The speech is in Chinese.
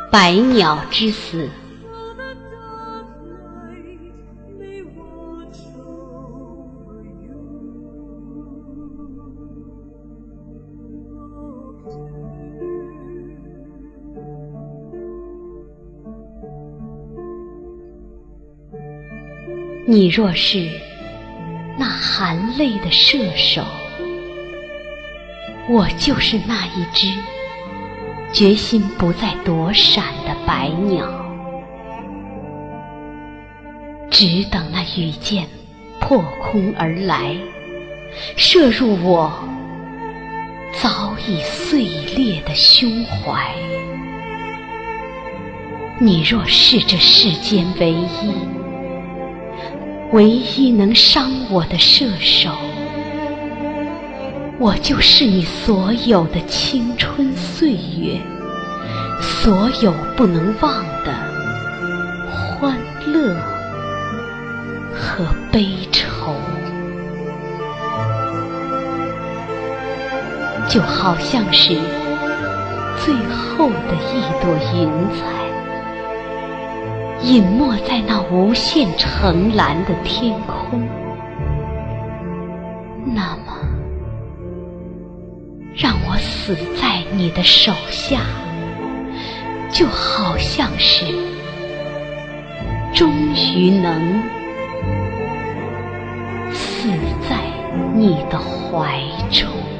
百鸟之死。你若是那含泪的射手，我就是那一只决心不再躲闪的白鸟，只等那羽箭破空而来，射入我早已碎裂的胸怀。你若是这世间唯一能伤我的射手，我就是你所有的青春岁月，所有不能忘的欢乐和悲愁。就好像是最后的一朵云彩，隐没在那无限澄蓝的天空。那么让我死在你的手下，就好像是终于能死在你的怀中。